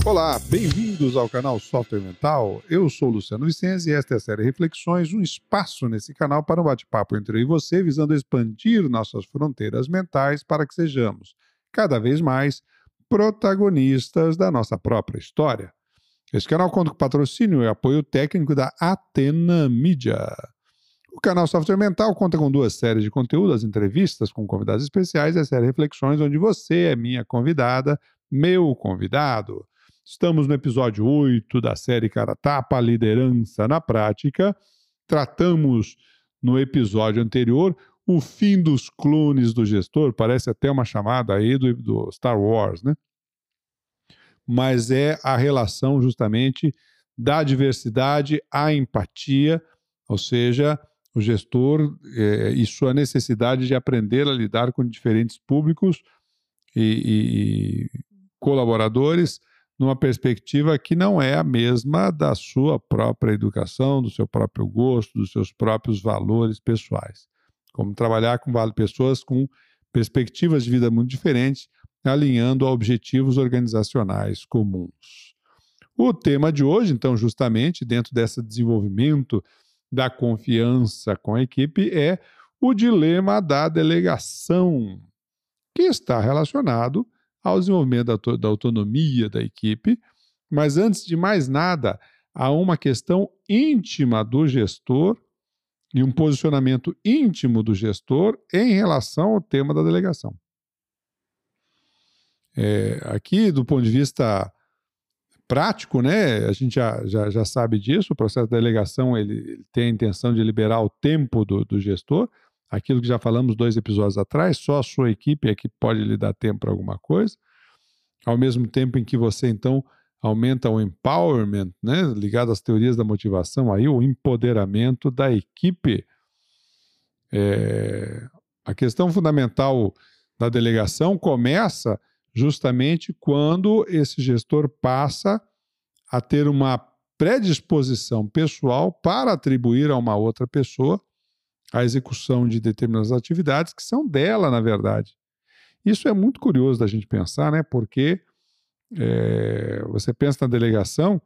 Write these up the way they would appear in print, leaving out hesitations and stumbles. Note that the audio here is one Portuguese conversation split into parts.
Olá, bem-vindos ao canal Software Mental. Eu sou o Luciano Vicenzi e esta é a série Reflexões, um espaço nesse canal para um bate-papo entre eu e você, visando expandir nossas fronteiras mentais para que sejamos cada vez mais protagonistas da nossa própria história. Esse canal conta com patrocínio e apoio técnico da Atena Media. O canal Software Mental conta com 2 séries de conteúdo, as entrevistas com convidados especiais e a série Reflexões, onde você é minha convidada, meu convidado. Estamos no episódio 8 da série Cara a Tapa, Liderança na Prática. Tratamos no episódio anterior o fim dos clones do gestor, parece até uma chamada aí do Star Wars, né? Mas é a relação justamente da diversidade à empatia, ou seja, o gestor e sua necessidade de aprender a lidar com diferentes públicos e colaboradores numa perspectiva que não é a mesma da sua própria educação, do seu próprio gosto, dos seus próprios valores pessoais. Como trabalhar com pessoas com perspectivas de vida muito diferentes, alinhando a objetivos organizacionais comuns. O tema de hoje, então, justamente dentro desse desenvolvimento da confiança com a equipe, é o dilema da delegação, que está relacionado ao desenvolvimento da autonomia da equipe, mas antes de mais nada, há uma questão íntima do gestor e um posicionamento íntimo do gestor em relação ao tema da delegação. Aqui, do ponto de vista prático, né, a gente já sabe disso, o processo da delegação ele tem a intenção de liberar o tempo do gestor, aquilo que já falamos 2 episódios atrás, só a sua equipe é que pode lhe dar tempo para alguma coisa, ao mesmo tempo em que você, então, aumenta o empowerment, né, ligado às teorias da motivação, aí o empoderamento da equipe. A questão fundamental da delegação começa justamente quando esse gestor passa a ter uma predisposição pessoal para atribuir a uma outra pessoa a execução de determinadas atividades que são dela, na verdade. Isso é muito curioso da gente pensar, né? Porque você pensa na delegação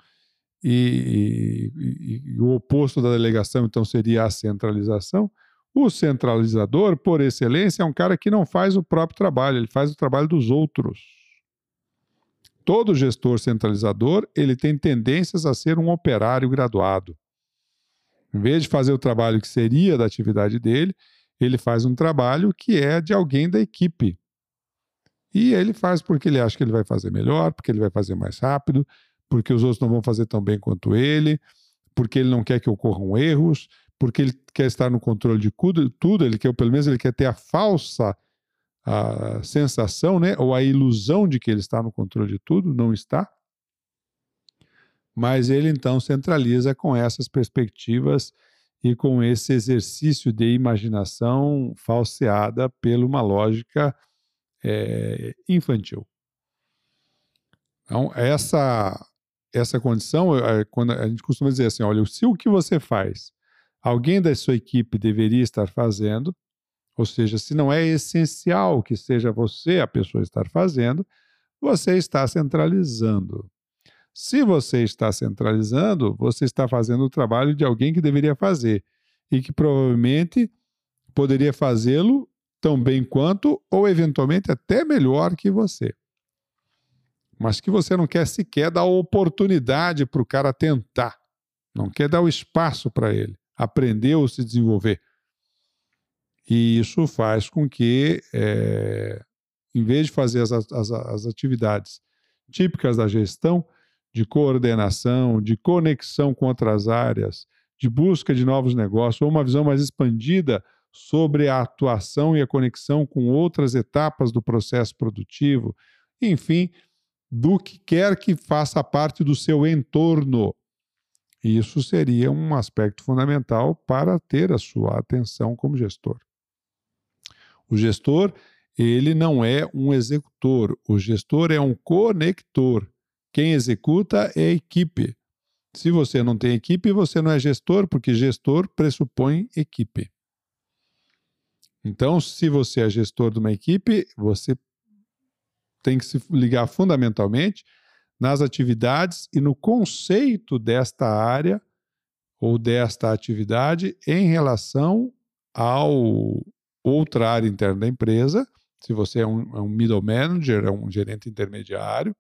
e o oposto da delegação, então, seria a centralização. O centralizador, por excelência, é um cara que não faz o próprio trabalho, ele faz o trabalho dos outros. Todo gestor centralizador, ele tem tendências a ser um operário graduado. Em vez de fazer o trabalho que seria da atividade dele, ele faz um trabalho que é de alguém da equipe. E ele faz porque ele acha que ele vai fazer melhor, porque ele vai fazer mais rápido, porque os outros não vão fazer tão bem quanto ele, porque ele não quer que ocorram erros, porque ele quer estar no controle de tudo, pelo menos ele quer ter a falsa sensação, né, ou a ilusão de que ele está no controle de tudo, não está. Mas ele então centraliza com essas perspectivas e com esse exercício de imaginação falseada por uma lógica infantil. Então, essa condição, quando a gente costuma dizer assim, olha, se o que você faz, alguém da sua equipe deveria estar fazendo, ou seja, se não é essencial que seja você a pessoa estar fazendo, você está centralizando. Se você está centralizando, você está fazendo o trabalho de alguém que deveria fazer e que provavelmente poderia fazê-lo tão bem quanto ou eventualmente até melhor que você. Mas que você não quer sequer dar oportunidade para o cara tentar. Não quer dar o espaço para ele aprender ou se desenvolver. E isso faz com que, em vez de fazer as atividades típicas da gestão, de coordenação, de conexão com outras áreas, de busca de novos negócios, ou uma visão mais expandida sobre a atuação e a conexão com outras etapas do processo produtivo, enfim, do que quer que faça parte do seu entorno. Isso seria um aspecto fundamental para ter a sua atenção como gestor. O gestor, ele não é um executor, o gestor é um conector. Quem executa é a equipe. Se você não tem equipe, você não é gestor, porque gestor pressupõe equipe. Então, se você é gestor de uma equipe, você tem que se ligar fundamentalmente nas atividades e no conceito desta área ou desta atividade em relação ao outra área interna da empresa, se você é um middle manager, é um gerente intermediário,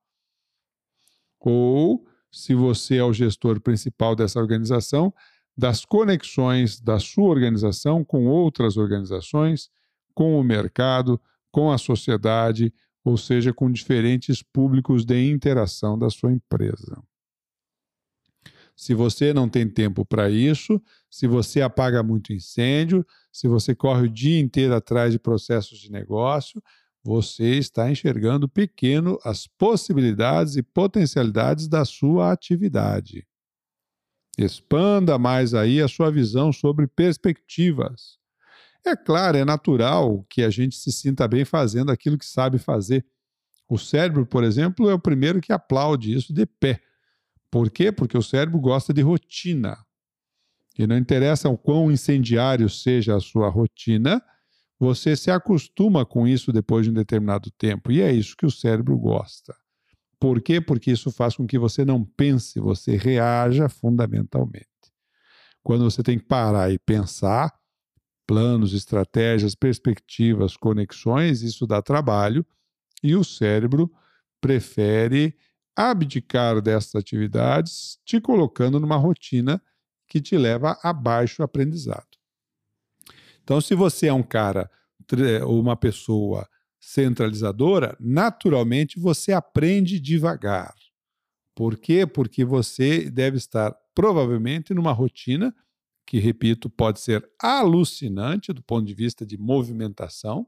ou se você é o gestor principal dessa organização, das conexões da sua organização com outras organizações, com o mercado, com a sociedade, ou seja, com diferentes públicos de interação da sua empresa. Se você não tem tempo para isso, se você apaga muito incêndio, se você corre o dia inteiro atrás de processos de negócio, você está enxergando pequeno as possibilidades e potencialidades da sua atividade. Expanda mais aí a sua visão sobre perspectivas. É claro, é natural que a gente se sinta bem fazendo aquilo que sabe fazer. O cérebro, por exemplo, é o primeiro que aplaude isso de pé. Por quê? Porque o cérebro gosta de rotina. E não interessa o quão incendiário seja a sua rotina, você se acostuma com isso depois de um determinado tempo. E é isso que o cérebro gosta. Por quê? Porque isso faz com que você não pense, você reaja fundamentalmente. Quando você tem que parar e pensar, planos, estratégias, perspectivas, conexões, isso dá trabalho e o cérebro prefere abdicar dessas atividades, te colocando numa rotina que te leva a baixo aprendizado. Então, se você é um cara ou uma pessoa centralizadora, naturalmente você aprende devagar. Por quê? Porque você deve estar provavelmente numa rotina que, repito, pode ser alucinante do ponto de vista de movimentação,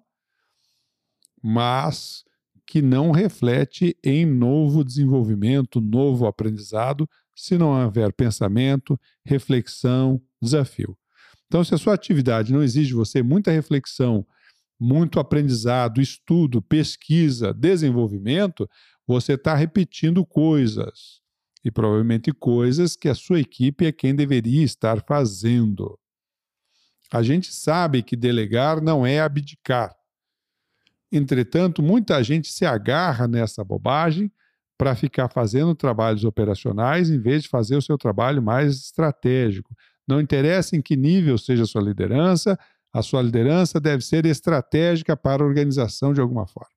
mas que não reflete em novo desenvolvimento, novo aprendizado, se não houver pensamento, reflexão, desafio. Então, se a sua atividade não exige de você muita reflexão, muito aprendizado, estudo, pesquisa, desenvolvimento, você está repetindo coisas. E provavelmente coisas que a sua equipe é quem deveria estar fazendo. A gente sabe que delegar não é abdicar. Entretanto, muita gente se agarra nessa bobagem para ficar fazendo trabalhos operacionais em vez de fazer o seu trabalho mais estratégico. Não interessa em que nível seja a sua liderança deve ser estratégica para a organização de alguma forma.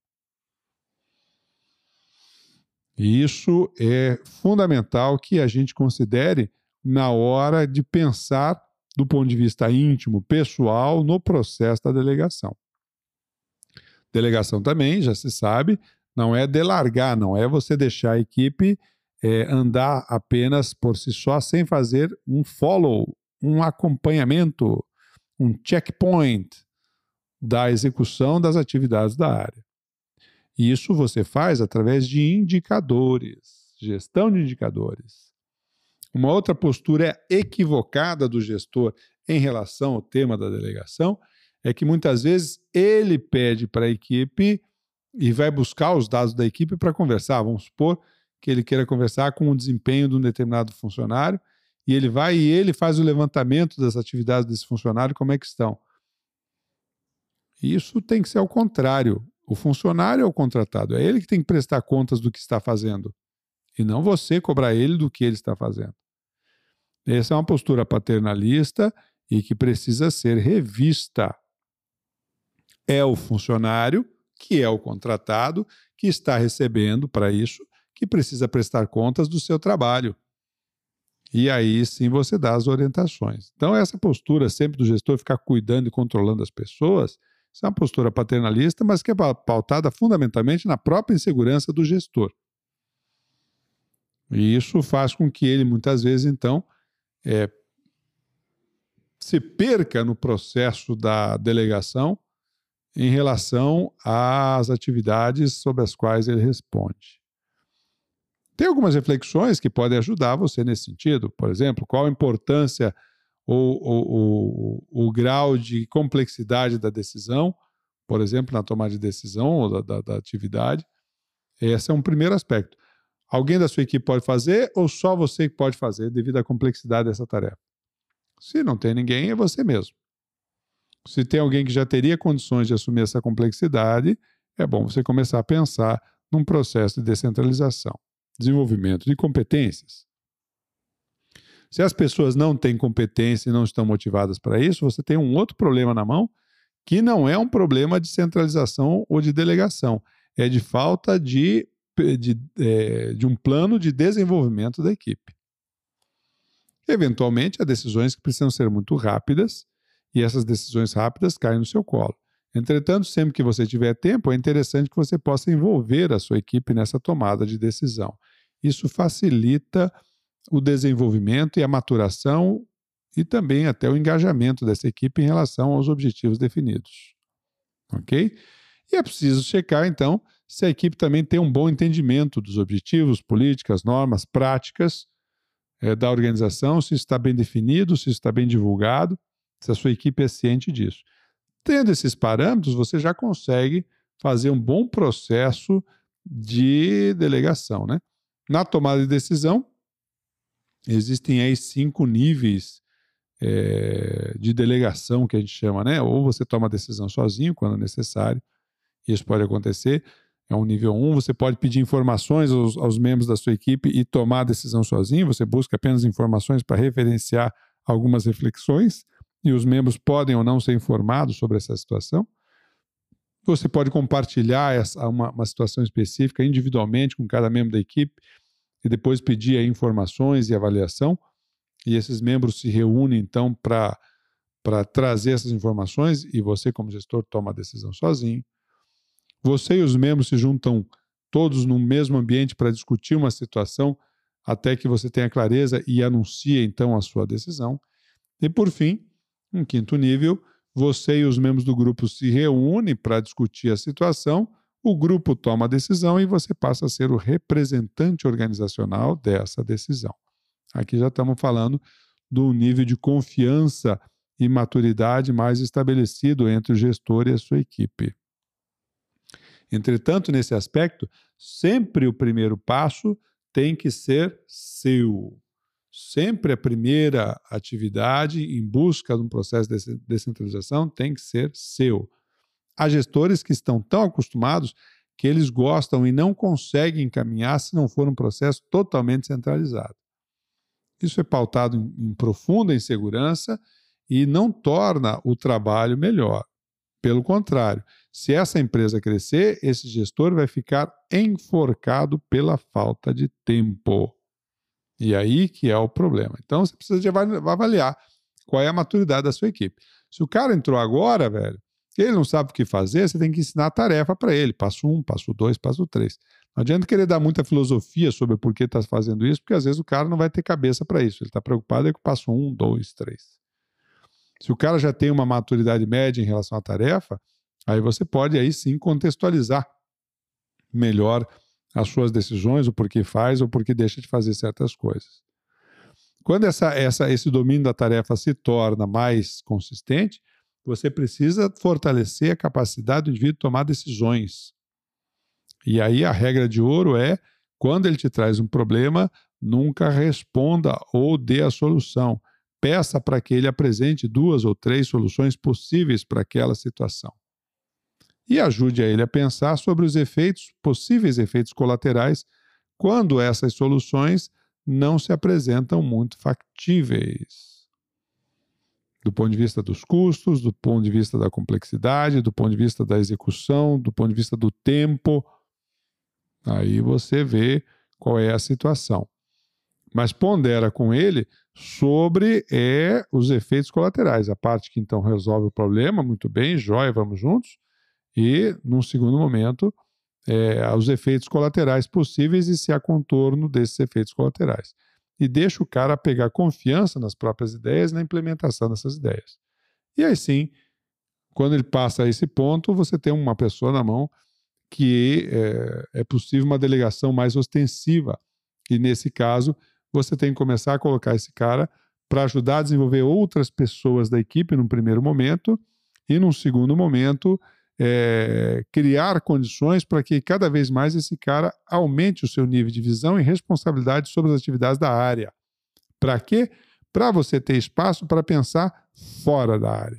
E isso é fundamental que a gente considere na hora de pensar do ponto de vista íntimo, pessoal, no processo da delegação. Delegação também, já se sabe, não é delargar, não é você deixar a equipe andar apenas por si só, sem fazer um follow, um acompanhamento, um checkpoint da execução das atividades da área. E isso você faz através de indicadores, gestão de indicadores. Uma outra postura equivocada do gestor em relação ao tema da delegação é que muitas vezes ele pede para a equipe e vai buscar os dados da equipe para conversar. Vamos supor que ele queira conversar com o desempenho de um determinado funcionário e ele vai e ele faz o levantamento das atividades desse funcionário, como é que estão. Isso tem que ser ao contrário. O funcionário é o contratado, é ele que tem que prestar contas do que está fazendo e não você cobrar ele do que ele está fazendo. Essa é uma postura paternalista e que precisa ser revista. É o funcionário, que é o contratado, que está recebendo para isso, que precisa prestar contas do seu trabalho. E aí sim você dá as orientações. Então essa postura sempre do gestor ficar cuidando e controlando as pessoas, isso é uma postura paternalista, mas que é pautada fundamentalmente na própria insegurança do gestor. E isso faz com que ele, muitas vezes, então, se perca no processo da delegação em relação às atividades sobre as quais ele responde. Tem algumas reflexões que podem ajudar você nesse sentido. Por exemplo, qual a importância ou o grau de complexidade da decisão, por exemplo, na tomada de decisão ou da atividade. Esse é um primeiro aspecto. Alguém da sua equipe pode fazer ou só você que pode fazer devido à complexidade dessa tarefa? Se não tem ninguém, é você mesmo. Se tem alguém que já teria condições de assumir essa complexidade, é bom você começar a pensar num processo de descentralização. desenvolvimento de competências. Se as pessoas não têm competência e não estão motivadas para isso, você tem um outro problema na mão, que não é um problema de centralização ou de delegação, é de falta de um plano de desenvolvimento da equipe. Eventualmente, há decisões que precisam ser muito rápidas e essas decisões rápidas caem no seu colo. Entretanto, sempre que você tiver tempo, é interessante que você possa envolver a sua equipe nessa tomada de decisão. Isso facilita o desenvolvimento e a maturação e também até o engajamento dessa equipe em relação aos objetivos definidos. Ok? E é preciso checar, então, se a equipe também tem um bom entendimento dos objetivos, políticas, normas, práticas da organização, se está bem definido, se está bem divulgado, se a sua equipe é ciente disso. Tendo esses parâmetros, você já consegue fazer um bom processo de delegação, né? Na tomada de decisão, existem aí 5 níveis de delegação que a gente chama, né? Ou você toma a decisão sozinho, quando necessário, isso pode acontecer. É um nível 1, você pode pedir informações aos membros da sua equipe e tomar a decisão sozinho, você busca apenas informações para referenciar algumas reflexões, e os membros podem ou não ser informados sobre essa situação. Você pode compartilhar uma situação específica individualmente com cada membro da equipe e depois pedir aí informações e avaliação. E esses membros se reúnem, então, para trazer essas informações e você, como gestor, toma a decisão sozinho. Você e os membros se juntam todos no mesmo ambiente para discutir uma situação até que você tenha clareza e anuncie, então, a sua decisão. E, por fim, um 5º nível, você e os membros do grupo se reúnem para discutir a situação, o grupo toma a decisão e você passa a ser o representante organizacional dessa decisão. Aqui já estamos falando do nível de confiança e maturidade mais estabelecido entre o gestor e a sua equipe. Entretanto, nesse aspecto, sempre o primeiro passo tem que ser seu. Sempre a primeira atividade em busca de um processo de descentralização tem que ser seu. Há gestores que estão tão acostumados que eles gostam e não conseguem caminhar se não for um processo totalmente centralizado. Isso é pautado em profunda insegurança e não torna o trabalho melhor. Pelo contrário, se essa empresa crescer, esse gestor vai ficar enforcado pela falta de tempo. E aí que é o problema. Então, você precisa de avaliar qual é a maturidade da sua equipe. Se o cara entrou agora, velho, ele não sabe o que fazer, você tem que ensinar a tarefa para ele. Passo 1, passo 2, passo 3. Não adianta querer dar muita filosofia sobre por que está fazendo isso, porque às vezes o cara não vai ter cabeça para isso. Ele está preocupado com o passo 1, 2, 3. Se o cara já tem uma maturidade média em relação à tarefa, aí você pode aí sim contextualizar melhor as suas decisões, o porquê faz ou porquê deixa de fazer certas coisas. Quando esse domínio da tarefa se torna mais consistente, você precisa fortalecer a capacidade do indivíduo de tomar decisões. E aí a regra de ouro é, quando ele te traz um problema, nunca responda ou dê a solução. Peça para que ele apresente 2 ou 3 soluções possíveis para aquela situação. E ajude a ele a pensar sobre os possíveis efeitos colaterais, quando essas soluções não se apresentam muito factíveis. Do ponto de vista dos custos, do ponto de vista da complexidade, do ponto de vista da execução, do ponto de vista do tempo. Aí você vê qual é a situação. Mas pondera com ele sobre os efeitos colaterais. A parte que então resolve o problema, muito bem, jóia, vamos juntos. E, num segundo momento, os efeitos colaterais possíveis e se há contorno desses efeitos colaterais. E deixa o cara pegar confiança nas próprias ideias e na implementação dessas ideias. E aí sim, quando ele passa a esse ponto, você tem uma pessoa na mão que é possível uma delegação mais ostensiva. E nesse caso, você tem que começar a colocar esse cara para ajudar a desenvolver outras pessoas da equipe num primeiro momento e num segundo momento criar condições para que cada vez mais esse cara aumente o seu nível de visão e responsabilidade sobre as atividades da área. Para quê? Para você ter espaço para pensar fora da área.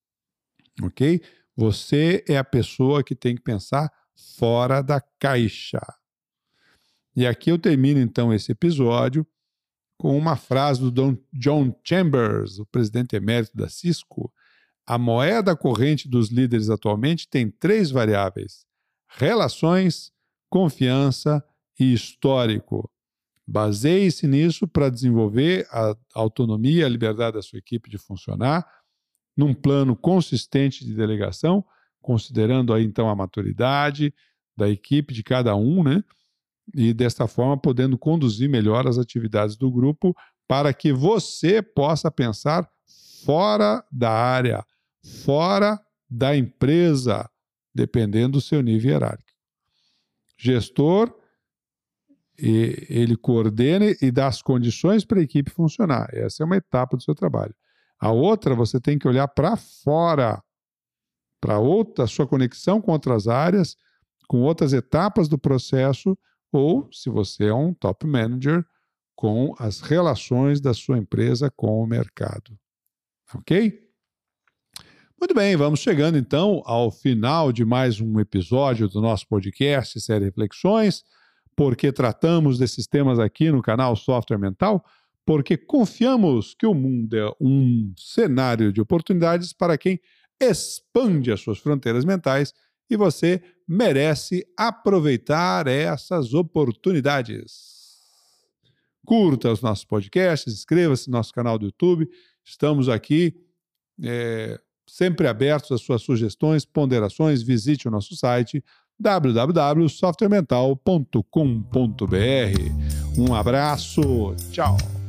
Ok? Você é a pessoa que tem que pensar fora da caixa. E aqui eu termino, então, esse episódio com uma frase do John Chambers, o presidente emérito da Cisco. A moeda corrente dos líderes atualmente tem 3 variáveis: relações, confiança e histórico. Baseie-se nisso para desenvolver a autonomia e a liberdade da sua equipe de funcionar num plano consistente de delegação, considerando aí então a maturidade da equipe de cada um, né? E desta forma podendo conduzir melhor as atividades do grupo para que você possa pensar fora da área, fora da empresa, dependendo do seu nível hierárquico. Gestor, ele coordena e dá as condições para a equipe funcionar. Essa é uma etapa do seu trabalho. A outra, você tem que olhar para fora, para outra, sua conexão com outras áreas, com outras etapas do processo, ou, se você é um top manager, com as relações da sua empresa com o mercado. Ok? Muito bem, vamos chegando então ao final de mais um episódio do nosso podcast, série Reflexões. Porque tratamos desses temas aqui no canal Software Mental? Porque confiamos que o mundo é um cenário de oportunidades para quem expande as suas fronteiras mentais e você merece aproveitar essas oportunidades. Curta os nossos podcasts, inscreva-se no nosso canal do YouTube. Estamos aqui sempre abertos às suas sugestões, ponderações. Visite o nosso site www.softwaremental.com.br. Um abraço, tchau!